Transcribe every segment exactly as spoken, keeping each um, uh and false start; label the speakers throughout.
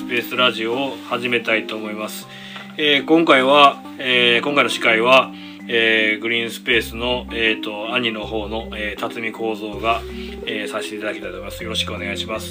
Speaker 1: スペースラジオを始めたいと思います。えー、今回は、えー、今回の司会は、えー、グリーンスペースの、えー、と兄の方の、えー、辰巳幸三が、えー、させていただきたいと思います。よろしくお願いします。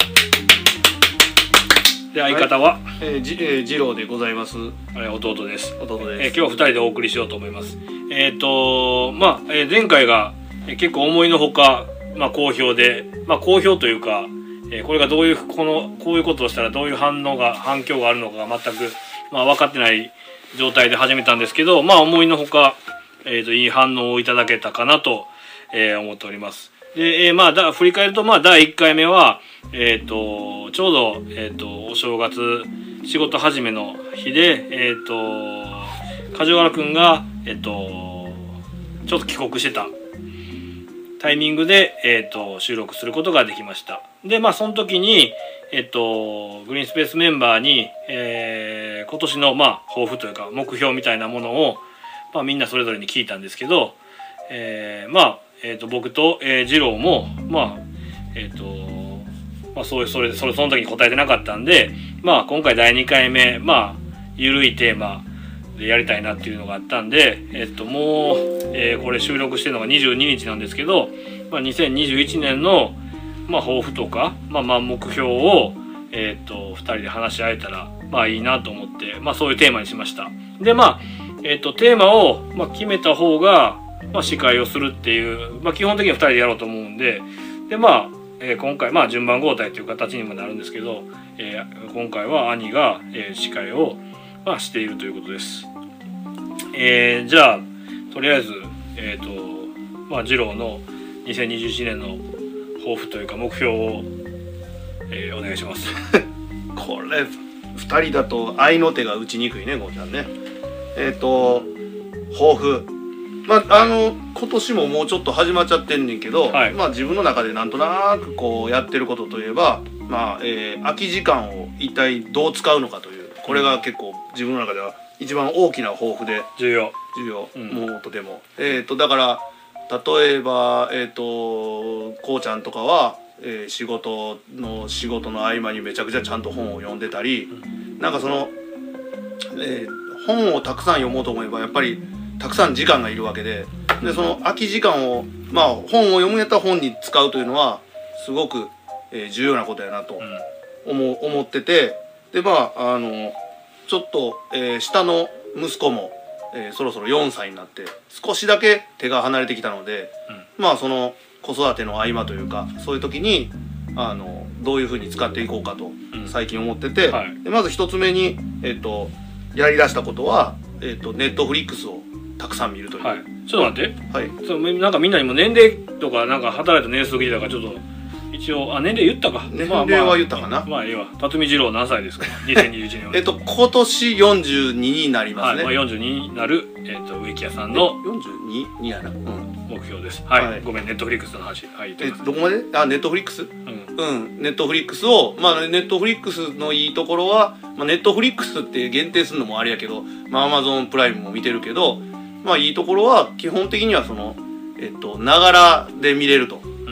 Speaker 1: で、相方は、はい、
Speaker 2: えー、じ、えー、次郎でございます。
Speaker 1: あれ弟です。
Speaker 2: 弟です。
Speaker 1: えー、今日はふたりでお送りしようと思います。えっ、ー、とまあ、えー、前回が、えー、結構思いのほか、まあ、好評で、まあ、好評というか、えー、これがどういうこのこういうことをしたらどういう反応が反響があるのかが全く、まあ、分かってない状態で始めたんですけど、まあ、思いのほか、えー、といい反応をいただけたかなと、えー、思っております。で、えー、まあだ振り返ると、まあ、だいいっかいめは、えー、とちょうど、えー、とお正月仕事始めの日で、えー、と梶原くんが、えー、とちょっと帰国してたタイミングで、えー、と収録することができました。で、まあその時に、えー、とグリーンスペースメンバーに、えー、今年の、まあ、抱負というか目標みたいなものを、まあ、みんなそれぞれに聞いたんですけど、えー、まあ、えー、と僕と、えー、次郎もまあえっ、とまあそういうそれそれその時に答えてなかったんで、まあ今回だいにかいめ、まあ緩いテーマでやりたいなっていうのがあったんで、えっともう、えー、これ収録してるのがにじゅうににちなんですけど、まあ、にせんにじゅういちねんの、まあ、抱負とか、まあ、まあ目標を、えっとふたりで話し合えたらまあいいなと思って、まあ、そういうテーマにしました。でまあ、えっとテーマを、まあ、決めた方が、まあ、司会をするっていう、まあ、基本的にはふたりでやろうと思うんで、でまあえー、今回、まあ、順番交代という形にもなるんですけど、えー、今回は兄が、えー、司会を、まあ、しているということです。えー、じゃあとりあえず、えーとまあ、次郎のにせんにじゅういちねんの抱負というか目標を、えー、お願いします。
Speaker 2: これふたりだと合いの手が打ちにくいね、ゴーちゃんね。えっ、ー、と抱負、まああの今年ももうちょっと始まっちゃってんねんけど、はい、まあ自分の中でなんとなくこうやってることといえば、まあ、えー、空き時間を一体どう使うのかという、これが結構自分の中では一番大きな抱負で
Speaker 1: 重要
Speaker 2: 重要、うん、もうとても。えっ、ー、とだから例えばえっ、ー、とこうちゃんとかは、えー、仕事の仕事の合間にめちゃくちゃちゃんと本を読んでたり、うん、なんかその、えー、本をたくさん読もうと思えばやっぱりたくさん時間がいるわけで、でその空き時間をまあ本を読むやったら本に使うというのはすごく、えー、重要なことやなと思う、思ってて、でまああのちょっと、えー、下の息子も、えー、そろそろよんさいになって少しだけ手が離れてきたので、うん、まあその子育ての合間というかそういう時にあのどういうふうに使っていこうかと最近思ってて、うんはい、でまず一つ目に、えー、とやりだしたことは、えー、とネットフリックスをたくさん見るという、はい、
Speaker 1: ちょっと待って、
Speaker 2: はい、
Speaker 1: そうなんかみんなにも年齢とかなんか働いた年数聞いたからちょっと一応あ年齢言ったか、
Speaker 2: 年齢は言ったかな。
Speaker 1: まあいいわ。辰巳次郎何歳ですか？にせんにじゅういちねんは。
Speaker 2: えっと今年よんじゅうにになりますね。はい、
Speaker 1: まあ、よんじゅうにになるえっと植木屋さんの
Speaker 2: よんじゅうににやな、うん、
Speaker 1: 目標です。はい。はい、ごめんネットフリックスの話。はい。
Speaker 2: えどこまで？あネットフリックス？うん、うん、ネットフリックスをまあネットフリックスのいいところは、まあネットフリックスって限定するのもあれやけど、まあアマゾンプライムも見てるけど。まあいいところは基本的にはそのえっとながらで見れると、うん、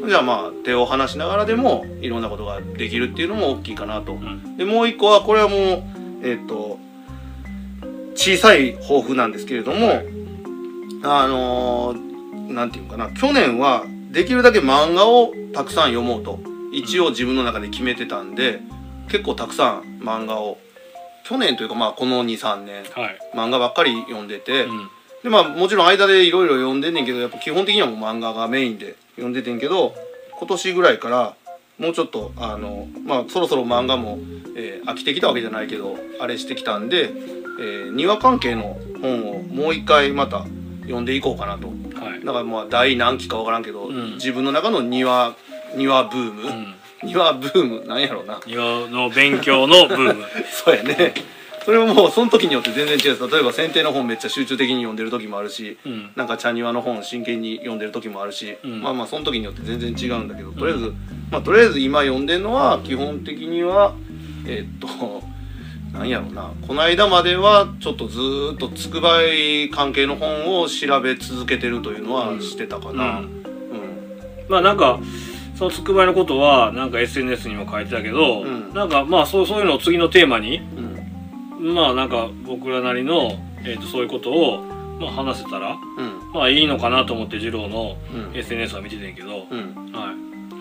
Speaker 2: じゃあまあ手を離しながらでもいろんなことができるっていうのも大きいかなと、うん、でもう一個はこれはもうえっと小さい抱負なんですけれども、はい、あのー、なんていうかな、去年はできるだけ漫画をたくさん読もうと一応自分の中で決めてたんで、結構たくさん漫画を去年というかまあこのにさんねん、はい、漫画ばっかり読んでて、うん、でまあもちろん間でいろいろ読んでんねんけどやっぱ基本的にはもう漫画がメインで読んでてんけど、今年ぐらいからもうちょっとあのまあそろそろ漫画も、えー、飽きてきたわけじゃないけどあれしてきたんで、えー、庭関係の本をもう一回また読んでいこうかなと、はい、だからまあ第何期か分からんけど、うん、自分の中の庭庭ブーム、うん庭ブームなんやろうな、
Speaker 1: 庭の勉強のブーム
Speaker 2: そうやね。それももうその時によって全然違う。例えば剪定の本めっちゃ集中的に読んでる時もあるし、うん、なんか茶庭の本真剣に読んでる時もあるし、うん、まあまあその時によって全然違うんだけど、とりあえず、うん、まあとりあえず今読んでるのは基本的にはえー、っとなんやろうな、この間まではちょっとずーっとつくばい関係の本を調べ続けてるというのはしてたかな。うん、
Speaker 1: まあなんかそのつくばいのことはなんか エスエヌエス にも書いてたけど、
Speaker 2: うん、
Speaker 1: なんかまあそうそういうのを次のテーマに、
Speaker 2: うん、
Speaker 1: まあなんか僕らなりの、えー、とそういうことを、まあ、話せたら、
Speaker 2: うん、
Speaker 1: まあいいのかなと思って二郎の エスエヌエス は見ててんけど、
Speaker 2: うん、
Speaker 1: はい、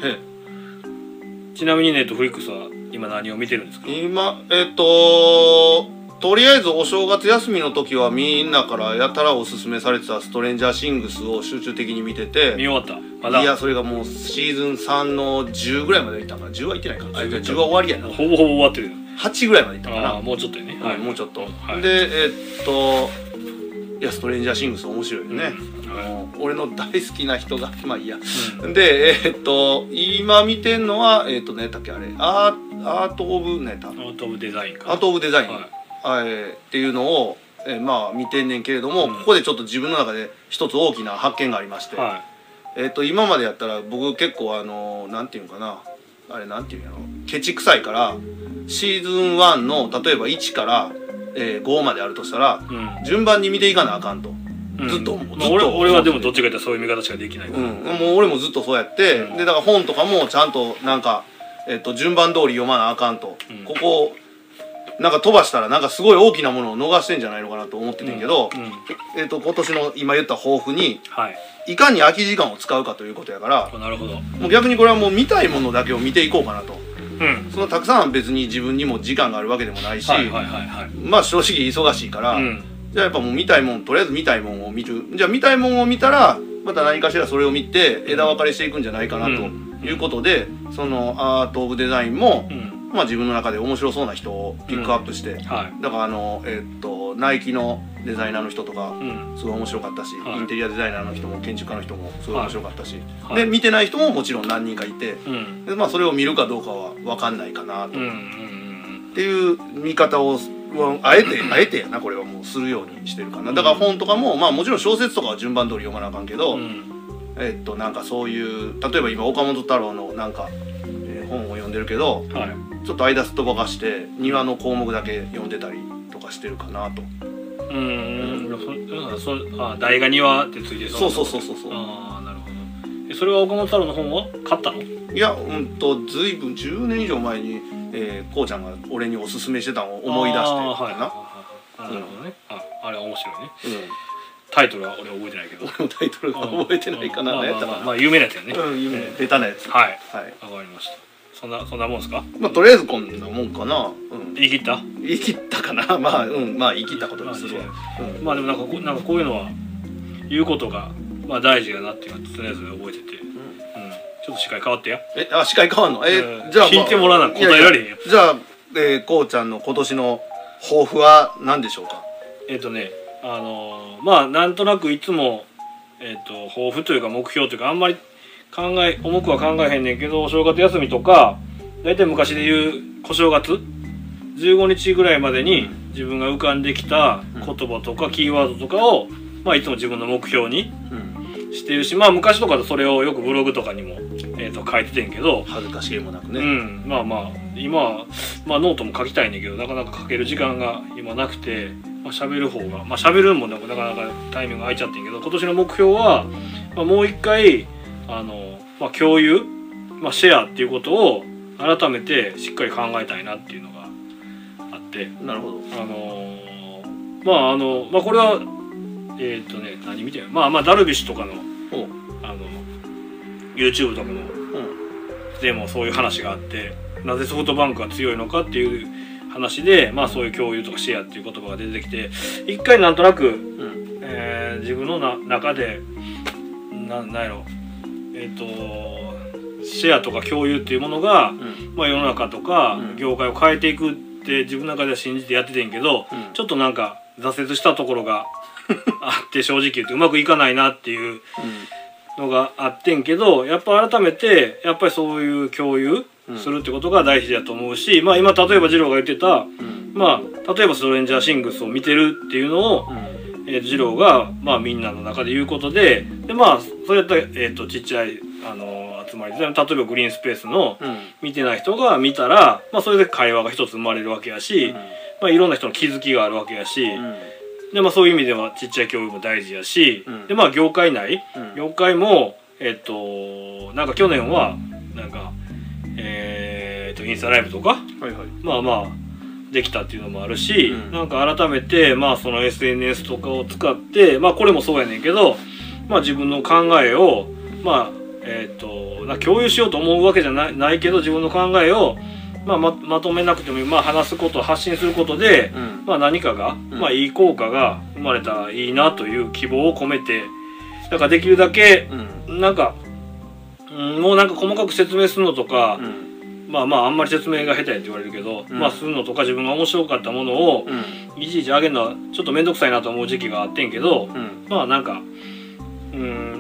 Speaker 2: へ
Speaker 1: ちなみにネットフリックスは今何を見てるんですか？
Speaker 2: 今えっととりあえずお正月休みの時はみんなからやたらおすすめされてた「ストレンジャーシングス」を集中的に見てて、
Speaker 1: 見終わったまだ？
Speaker 2: いやそれがもうシーズンさんのじゅうぐらいまでいったかな。じゅうはいってないか。あじゃあじゅうは終わりやな。
Speaker 1: ほぼほぼ終わってる。
Speaker 2: はちぐらいまでいったかな。
Speaker 1: あもうちょっとやね、
Speaker 2: はい、もうちょっと、
Speaker 1: はい、
Speaker 2: でえっといやストレンジャーシングス面白いよね、
Speaker 1: うんはい、
Speaker 2: あの俺の大好きな人がまあいいや、うん、でえっと今見てんのはえっと何だっけあれアーアート・オブ何だア
Speaker 1: ート・オブ・デザインか
Speaker 2: アート・オブ・デザイン、
Speaker 1: はい
Speaker 2: はい、っていうのを、えー、まあ見てんねんけれども、
Speaker 1: うん、
Speaker 2: ここでちょっと自分の中で一つ大きな発見がありまして、はい、えっと今までやったら僕結構あのなんていうのかなあれなんていうんやろケチくさいからシーズンワンの例えばいちから、えー、ごまであるとしたら、うん、順番に見ていかなあかんと。
Speaker 1: うん、
Speaker 2: ずっと、
Speaker 1: ずっと、まあ、俺, 俺はでもどっちかというとそういう見方しかできないから、
Speaker 2: うん、もう俺もずっとそうやって、うん、でだから本とかもちゃんとなんか、えっと、順番通り読まなあかんと、うん、ここなんか飛ばしたらなんかすごい大きなものを逃してんじゃないのかなと思っててんけど、うんうん、えっと、今年の今言った抱負に、はい、いかに空き時間を使うかということやから、
Speaker 1: なるほど、
Speaker 2: もう逆にこれはもう見たいものだけを見ていこうかなと。
Speaker 1: うん、
Speaker 2: そのたくさん別に自分にも時間があるわけでもないし、まあ正直忙しいから、うん、じゃあやっぱもう見たいもんとりあえず見たいもんを見る。じゃあ見たいもんを見たらまた何かしらそれを見て枝分かれしていくんじゃないかなということで、うん、そのアート・オブ・デザインも、うん、まあ自分の中で面白そうな人をピックアップして、うんはい、だからあのえー、っとナイキのデザイナーの人とかすごい面白かったし、はい、インテリアデザイナーの人も建築家の人もすごい面白かったし、はい、で見てない人ももちろん何人かいて、うん、でまあそれを見るかどうかは分かんないかなと、うんうんうん、っていう見方をあえてあえてやなこれはもうするようにしてるかな。だから本とかもまあもちろん小説とかは順番通り読まなあかんけど、うん、えっとなんかそういう例えば今岡本太郎のなんか、えー、本を読んでるけど、はい、ちょっと間すっとばかして庭の項目だけ読んでたりとかしてるかなと。
Speaker 1: うんうんそそあ題画庭ってついてる。
Speaker 2: そうそうそうそうそう。
Speaker 1: ああなるほど。それは岡本太郎の本は買ったの？
Speaker 2: いやうんとずいぶんじゅうねん以上前に、えー、こうちゃんが俺におすすめしてたのを思い出してかな。
Speaker 1: あ、はい、あなるほどね。ああれは面白いね。うん、タイトルは俺覚えてないけど。
Speaker 2: 俺もタイトルは覚えてないかな。
Speaker 1: まあまあまあ、まあ、有名なやつやね。
Speaker 2: うん、有名ベタなやつ。
Speaker 1: はいはい。わかりました。そんなそんなもんですか？
Speaker 2: まあとりあえずこんなもんかな。
Speaker 1: うん。言い切った？
Speaker 2: 言い切ったかな。まあうんまあ言い切ったことにするわ。
Speaker 1: うん、まあでもなんかこなんかこういうのは言うことがまあ大事だなっていうのはとりあえず覚えてて。うん。うん、ちょっと視界変わってや。
Speaker 2: えあ視界変わんの？え、うん、じゃあ、
Speaker 1: 聞いてもらわな答えられへんよ。
Speaker 2: じゃあ、えー、こうちゃんの今年の抱負は何でしょうか？
Speaker 1: えっとねあのー、まあなんとなくいつもえっと抱負というか目標というかあんまり考え重くは考えへんねんけどお正月休みとか大体昔で言う小正月じゅうごにちぐらいまでに自分が浮かんできた言葉とかキーワードとかを、まあ、いつも自分の目標にしてるし、まあ昔とかでそれをよくブログとかにも、えー、と書いててんけど
Speaker 2: 恥ずかしげもなくね、
Speaker 1: うん、まあまあ今は、まあ、ノートも書きたいねんけどなかなか書ける時間が今なくて、まあ、喋る方がまあ喋るんもなかなかタイミング空いちゃってんけど今年の目標は、まあ、もう一回あの、まあ、共有、まあ、シェアっていうことを改めてしっかり考えたいなっていうのがあって
Speaker 2: なるほど
Speaker 1: あのー、まああのまあこれはえっ、ー、とね何見てるまあまあダルビッシュとかのあの YouTube とかの、うん、でもそういう話があってなぜソフトバンクが強いのかっていう話でまあそういう共有とかシェアっていう言葉が出てきて一回なんとなく、うんえー、自分のな中でななんやろえっ、ー、とシェアとか共有っていうものが、うんまあ、世の中とか業界を変えていくって自分の中では信じてやっててんけど、うん、ちょっとなんか挫折したところがあって正直言ってうまくいかないなっていうのがあってんけどやっぱ改めてやっぱりそういう共有するってことが大事だと思うし、まあ今例えば二郎が言ってた、うん、まあ例えばストレンジャーシングスを見てるっていうのを、うんえー、二郎がまあみんなの中で言うことででまあそれやったら、えー、とちっちゃいあの集まりで例えばグリーンスペースの見てない人が見たら、まあ、それで会話が一つ生まれるわけやし、うんまあ、いろんな人の気づきがあるわけやし、うんでまあ、そういう意味ではちっちゃい教育も大事やし、うん、でまあ業界内、うん、業界もえっとなんか去年はインスタライブとか、
Speaker 2: はいはい、
Speaker 1: まあまあできたっていうのもあるし、うん、なんか改めてまあその エスエヌエス とかを使ってまあこれもそうやねんけど、まあ自分の考えをまあえっとな共有しようと思うわけじゃない、ないけど自分の考えをまあ、ま, まとめなくてもいい、まあ、話すこと発信することで、うん、まあ、何かが、うん、まあ、いい効果が生まれたらいいなという希望を込めてだからできるだけ、うん、なんか、うん、もうなんか細かく説明するのとか、うん、まあまああんまり説明が下手やって言われるけど、うん、まあするのとか自分が面白かったものを、うん、いちいち上げるのはちょっと面倒くさいなと思う時期があってんけど、うん、まあなんか、うん、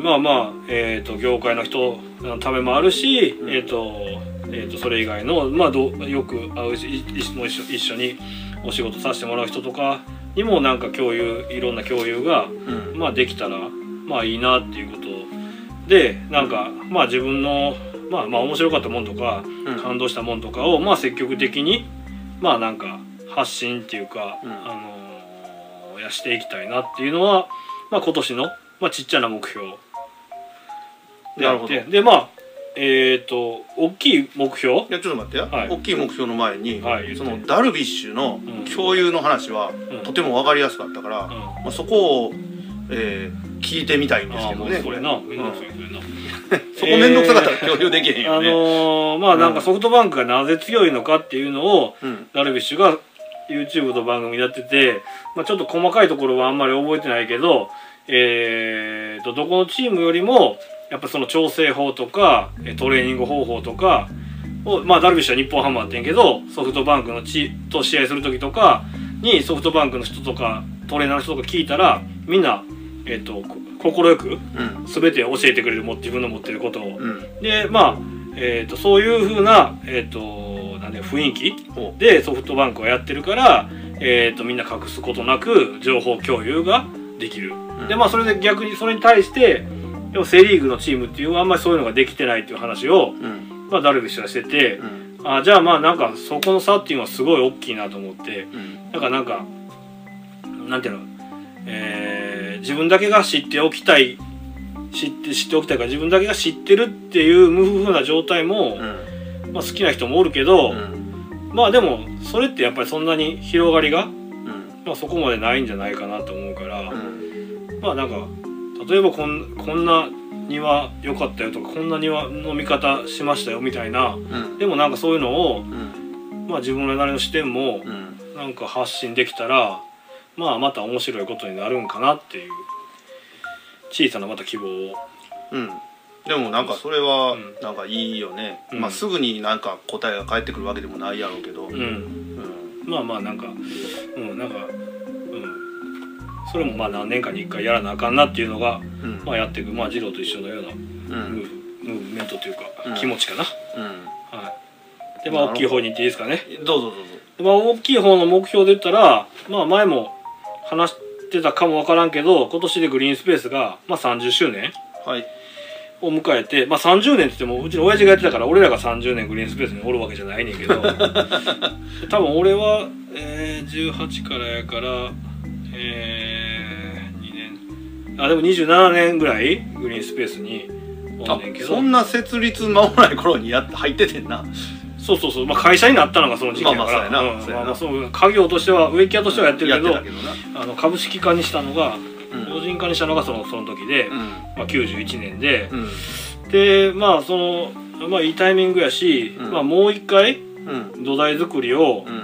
Speaker 1: まあまあ、えー、と業界の人のためもあるし、うん、えっ、ー、とえー、とそれ以外の、まあ、どよく会うしも一緒一緒にお仕事させてもらう人とかにもなんか共有いろんな共有が、うん、まあ、できたらまあいいなっていうことでなんか、まあ、自分の、まあ、まあ面白かったもんとか、うん、感動したもんとかを、まあ、積極的にまあなんか発信っていうか、うん、あのー、やしていきたいなっていうのは、まあ、今年の、まあ、ちっちゃな目標であって、でまあえーと大きい目標、い
Speaker 2: やちょっと待ってや、はい、大きい目標の前に、はい、そのダルビッシュの共有の話は、うん、とても分かりやすかったから、うん、まあ、そこを、えー、聞いてみたいんですけどね。
Speaker 1: これな、めんどくさいそれな。
Speaker 2: そこ面倒くさかったら共有できへんよね。
Speaker 1: あのー、まあなんかソフトバンクがなぜ強いのかっていうのを、うん、ダルビッシュが YouTube の番組やってて、まあ、ちょっと細かいところはあんまり覚えてないけど、えーとどこのチームよりもやっぱその調整法とかトレーニング方法とかを、まあ、ダルビッシュは日本ハムあってんけどソフトバンクのチと試合する時とかにソフトバンクの人とかトレーナーの人とか聞いたらみんな、えー、と快く全て教えてくれる、も自分の持ってることを。うん、でまあ、えー、とそういう風な、えー、となんで雰囲気でソフトバンクはやってるから、えー、とみんな隠すことなく情報共有ができる。うん、でまあそれで逆にそれに対してでもセ・リーグのチームっていうのはあんまりそういうのができてないっていう話を、うん、まあ、ダルビッシュはしてて、うん、あじゃあまあなんかそこの差っていうのはすごい大きいなと思って、うん、なんかなんかなんていうの、えー、自分だけが知っておきたい知って知っておきたいから自分だけが知ってるっていう無夫婦な状態も、うん、まあ、好きな人もおるけど、うん、まあでもそれってやっぱりそんなに広がりが、うん、まあ、そこまでないんじゃないかなと思うから、うん、まあなんか例えばこんこんな庭良かったよとかこんな庭の見方しましたよみたいな、うん、でもなんかそういうのを、うん、まあ自分なりの視点もなんか発信できたら、まあまた面白いことになるんかなっていう小さなまた希望を。
Speaker 2: うん、でもなんかそれはなんかいいよね。うん、まあすぐになんか答えが返ってくるわけでもないやろうけど、うんうん、
Speaker 1: まあまあなんか、うん、なんか。それもまあ何年かにいっかいやらなあかんなっていうのが、うん、まあやっていく、まあ二郎と一緒のようなムーブ、ムーブメントというか、うん、気持ちかな、うん、はい。でまあ大きい方に行っていいですかね。
Speaker 2: どうぞどうぞ。
Speaker 1: でまあ大きい方の目標で言ったら、まあ前も話してたかもわからんけど今年でグリーンスペースが、まあ、さんじゅっしゅうねんを迎えて、まあさんじゅうねんって言ってもうちの親父がやってたから俺らがさんじゅうねんグリーンスペースにおるわけじゃないねんけど多分俺は、えー、じゅうはちからやからえー、にねんあでもにじゅうななねんぐらいグリーンスペースにおんねんけど、
Speaker 2: そんな設立間もない頃にやって入っててんな。
Speaker 1: そうそうそう、まあ、会社になったのがその時期だから家業としては植木屋としてはやってるけど、うん、けどあの株式化にしたのが、うん、法人化にしたのがそのその時で、うん、まあ、きゅうじゅういちねんで、うん、でまあそのまあいいタイミングやし、うん、まあ、もう一回、うん、土台作りを、うん、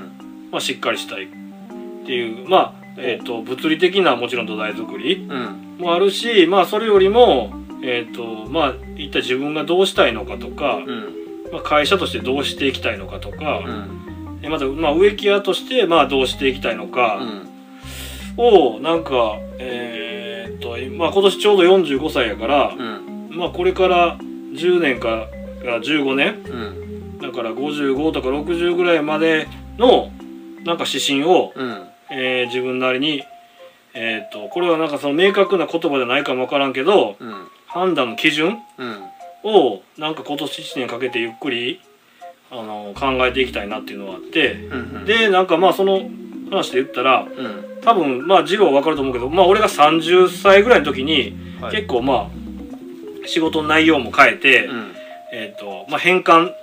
Speaker 1: まあ、しっかりしたいっていうまあえー、と物理的なもちろん土台作りもあるし、うん、まあそれよりも、えーとまあ、一体自分がどうしたいのかとか、うん、まあ、会社としてどうしていきたいのかとか、うん、また、まあ、植木屋として、まあ、どうしていきたいのかをなんか、えーとまあ、今年ちょうどよんじゅうごさいやから、うん、まあ、これからじゅうねんからじゅうごねん、うん、だからごじゅうごとかろくじゅうぐらいまでのなんか指針を、うん、えー、自分なりに、えー、とこれはなんかその明確な言葉じゃないかも分からんけど、うん、判断の基準をなんか今年いちねんかけてゆっくりあの考えていきたいなっていうのがあって、うんうん、でなんかまあその話で言ったら、うん、多分まあ次郎分かると思うけど、まあ、俺がさんじゅっさいぐらいの時に、はい、結構まあ仕事の内容も変えて、うん、えーとまあ、変換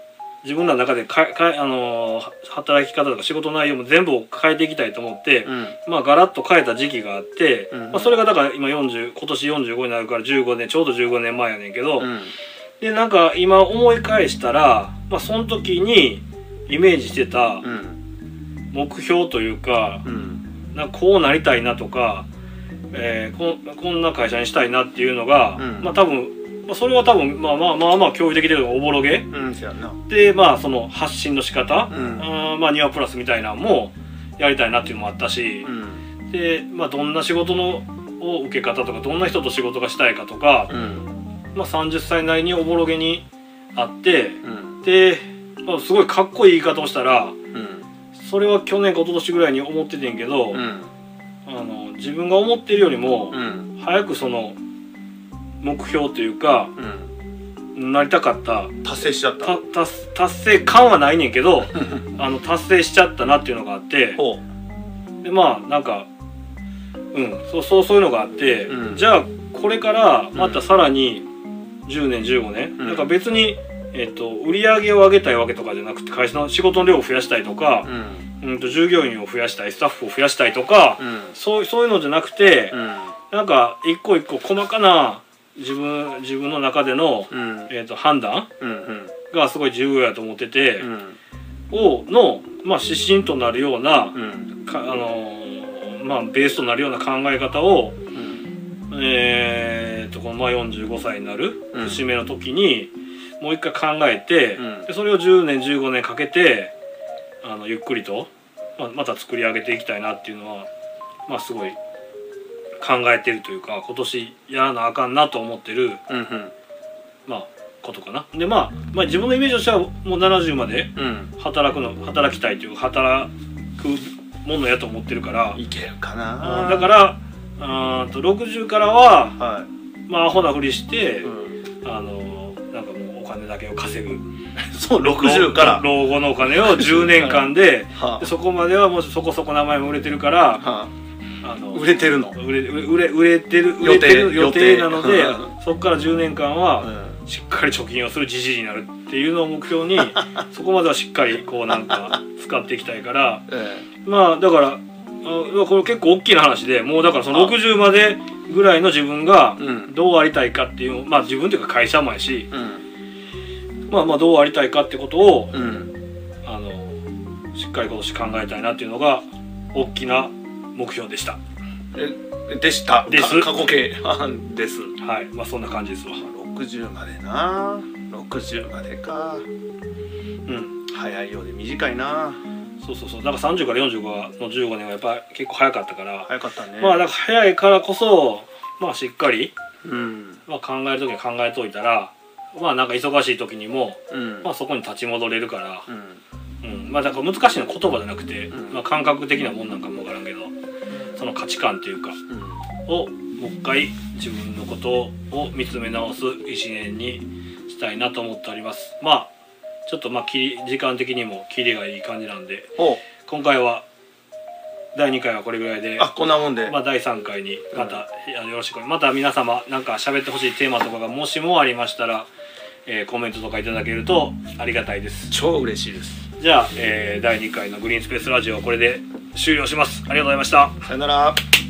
Speaker 1: 自分らの中でかか、あのー働き方とか仕事内容も全部を変えていきたいと思って、
Speaker 2: うん
Speaker 1: まあガラッと変えた時期があって、
Speaker 2: うん
Speaker 1: まあ、それがだから今よんじゅう今年よんじゅうごになるからじゅうごねんちょうどじゅうごねんまえやねんけど、
Speaker 2: うん
Speaker 1: でなんか今思い返したら、まあ、その時にイメージしてた
Speaker 2: うん
Speaker 1: 目標というか、
Speaker 2: うん
Speaker 1: なんかこうなりたいなとか、えーこん、こんな会社にしたいなっていうのが、
Speaker 2: うん
Speaker 1: まあ多分、まあ、それは多分まあまあまあまあ共有できてるのがおぼろげ
Speaker 2: うんそうやんな
Speaker 1: で、まあその発信の仕方、
Speaker 2: うん
Speaker 1: あーまあニワプラスみたいなのもやりたいなっていうのもあったし
Speaker 2: う、ん
Speaker 1: でまあどんな仕事のを受け方とかどんな人と仕事がしたいかとか、
Speaker 2: うん
Speaker 1: まあさんじゅっさいなりにおぼろげにあって
Speaker 2: うん
Speaker 1: で、まあ、すごいかっこいい言い方をしたら
Speaker 2: うん
Speaker 1: それは去年か一昨年ぐらいに思っててんけど、
Speaker 2: うん
Speaker 1: あの自分が思ってるよりも
Speaker 2: うん
Speaker 1: 早くその目標というか
Speaker 2: うん
Speaker 1: なりたかった
Speaker 2: 達成しちゃった
Speaker 1: た達達成感はないねんけどあの達成しちゃったなっていうのがあって
Speaker 2: ほ
Speaker 1: でまあなんかうんそうそうそういうのがあって、
Speaker 2: うん
Speaker 1: じゃあこれからまたさらにじゅうねんじゅうごねん、
Speaker 2: うん
Speaker 1: なんか別に、えっと売り上げを上げたいわけとかじゃなくて会社の仕事の量を増やしたいとか
Speaker 2: う、ん
Speaker 1: うん、と従業員を増やしたいスタッフを増やしたいとか、
Speaker 2: うん
Speaker 1: そうそういうのじゃなくて、
Speaker 2: うん
Speaker 1: なんか一個一個細かな自分自分の中での、
Speaker 2: うん
Speaker 1: えー、と判断
Speaker 2: うんうん
Speaker 1: がすごい重要やと思ってて、
Speaker 2: うん
Speaker 1: をの、まあ、指針となるような、
Speaker 2: うん
Speaker 1: かあのーまあ、ベースとなるような考え方を、
Speaker 2: うん
Speaker 1: えー、とこのまあよんじゅうごさいになる
Speaker 2: うん
Speaker 1: 節目の時にもう一回考えて、
Speaker 2: うん
Speaker 1: でそれをじゅうねんじゅうごねんかけてあのゆっくりと、まあ、また作り上げていきたいなっていうのは、まあ、すごい考えてるというか今年やらなあかんなと思ってる、
Speaker 2: うんうん
Speaker 1: まあ、ことかな。で、まあ、まあ自分のイメージとしてはもうななじゅうまで
Speaker 2: うん
Speaker 1: 働くの働きたいというか働くものやと思ってるから、
Speaker 2: いけるか
Speaker 1: うん
Speaker 2: な
Speaker 1: だからあーとろくじゅうからは
Speaker 2: は
Speaker 1: まあアホなふりして
Speaker 2: い、うん、
Speaker 1: あのなんかもうお金だけを稼ぐ
Speaker 2: そうろくじゅうから
Speaker 1: 老後のお金をじゅうねんかんで
Speaker 2: は
Speaker 1: でそこまではもうそこそこ名前も売れてるから
Speaker 2: あは
Speaker 1: あの
Speaker 2: あ売れてるの
Speaker 1: 売れ売れ売れてる売れてる予
Speaker 2: 予定
Speaker 1: 定なので
Speaker 2: 予定
Speaker 1: そこからじゅうねんかんは
Speaker 2: うん
Speaker 1: しっかり貯金をするじじいになるっていうのを目標にそこまではしっかりこうなんか使っていきたいから
Speaker 2: え
Speaker 1: まあだからあこれ結構大きな話でもうだからそのろくじゅうまでぐらいの自分が
Speaker 2: えうん
Speaker 1: どうありたいかっていうまあ自分というか会社もやし
Speaker 2: うん
Speaker 1: まあまあどうありたいかってことを
Speaker 2: うん
Speaker 1: あのしっかり今年考えたいなっていうのが大きな目標でした。
Speaker 2: えでした
Speaker 1: です
Speaker 2: か過去形あです
Speaker 1: はいまあそんな感じですわ。
Speaker 2: ろくじゅうまでなろくじゅうまでか
Speaker 1: うん
Speaker 2: 早いようで短いな
Speaker 1: そうそうそうだからさんじゅうからよんじゅうごのじゅうごねんはやっぱ結構早かったから
Speaker 2: 早かったね
Speaker 1: まあだから早いからこそまあしっかり、
Speaker 2: うん
Speaker 1: まあ、考える時に考えといたらまあなんか忙しい時にも、
Speaker 2: うん
Speaker 1: まあ、そこに立ち戻れるから、
Speaker 2: うん
Speaker 1: うん、まあだから難しいのは言葉じゃなくて、
Speaker 2: うん
Speaker 1: まあ、感覚的なもんなんかもわからんけどその価値観っていうか
Speaker 2: うん
Speaker 1: をもう一回自分のことを見つめ直す一年にしたいなと思っております。まあちょっとまあ切り時間的にもキリがいい感じなんで
Speaker 2: お
Speaker 1: 今回はだいにかいはこれぐらいで
Speaker 2: あこんなもんで
Speaker 1: まあ、だいさんかいにまた、うん、よろしくまた皆様なんか喋ってほしいテーマとかがもしもありましたら、えー、コメントとかいただけるとありがたいです。
Speaker 2: 超嬉しいです。
Speaker 1: じゃあ、えー、だいにかいのグリーンスペースラジオはこれで終了します。ありがとうございました。
Speaker 2: さよなら。